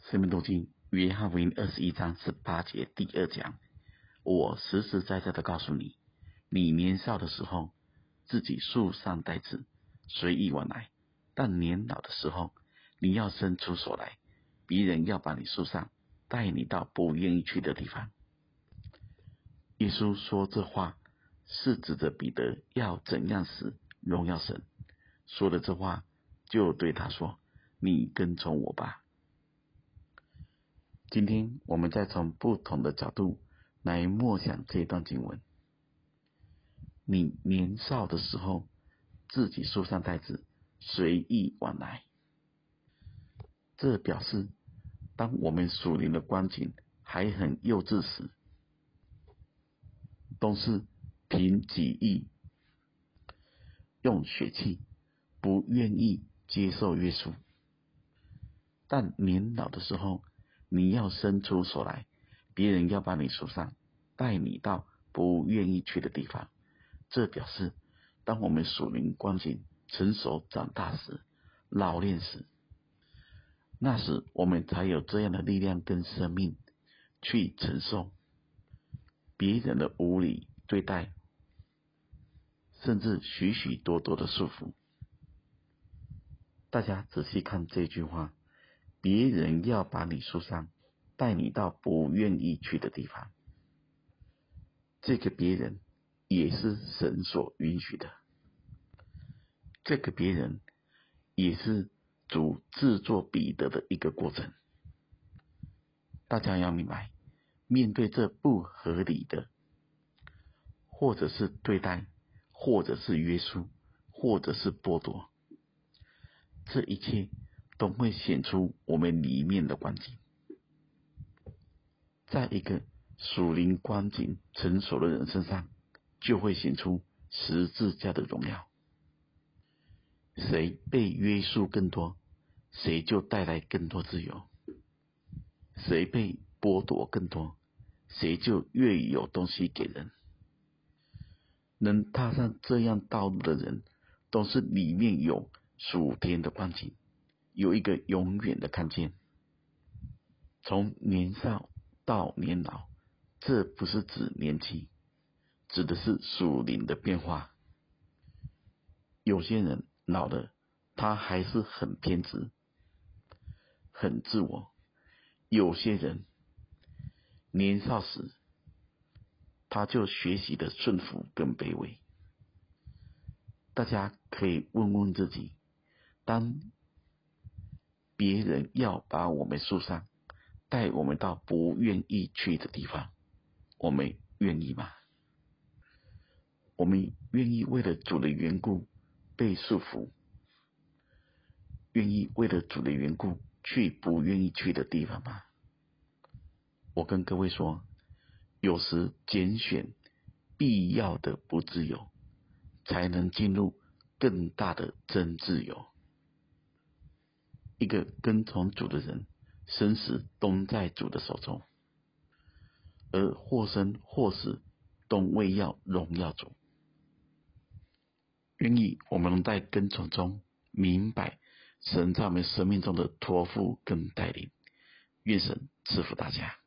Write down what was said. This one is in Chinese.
生命读经约翰福音21章18节第2讲，我实实在在的告诉你，你年少的时候自己束上带子，随意往来；但年老的时候，你要伸出手来，别人要把你束上，带你到不愿意去的地方。耶稣说这话是指着彼得要怎样死荣耀神，说了这话就对他说，你跟从我吧。今天我们再从不同的角度来默想这段经文。你年少的时候自己束上带子，随意往来，这表示当我们属灵的光景还很幼稚时，都是凭己意用血气，不愿意接受约束。但年老的时候，你要伸出手来，别人要把你束上，带你到不愿意去的地方。这表示当我们属灵光景成熟长大时，老练时，那时我们才有这样的力量跟生命去承受别人的无理对待，甚至许许多多的束缚。大家仔细看这句话，别人要把你束上，带你到不愿意去的地方。这个别人也是神所允许的，这个别人也是主制作彼得的一个过程。大家要明白，面对这不合理的，或者是对待，或者是约束，或者是剥夺，这一切都会显出我们里面的光景。在一个属灵光景成熟的人身上，就会显出十字架的荣耀。谁被约束更多，谁就带来更多自由；谁被剥夺更多，谁就越有东西给人。能踏上这样道路的人，都是里面有属天的光景，有一个永远的看见。从年少到年老，这不是指年纪，指的是属灵的变化。有些人老了，他还是很偏执，很自我；有些人年少时，他就学习的顺服跟卑微。大家可以问问自己，当别人要把我们束上，带我们到不愿意去的地方，我们愿意吗？我们愿意为了主的缘故被束缚，愿意为了主的缘故去不愿意去的地方吗？我跟各位说，有时拣选必要的不自由，才能进入更大的真自由。一个跟从主的人，生死都在主的手中，而或生或死都为要荣耀主。愿意我们能在跟从中明白神在我们生命中的托付跟带领。愿神赐福大家。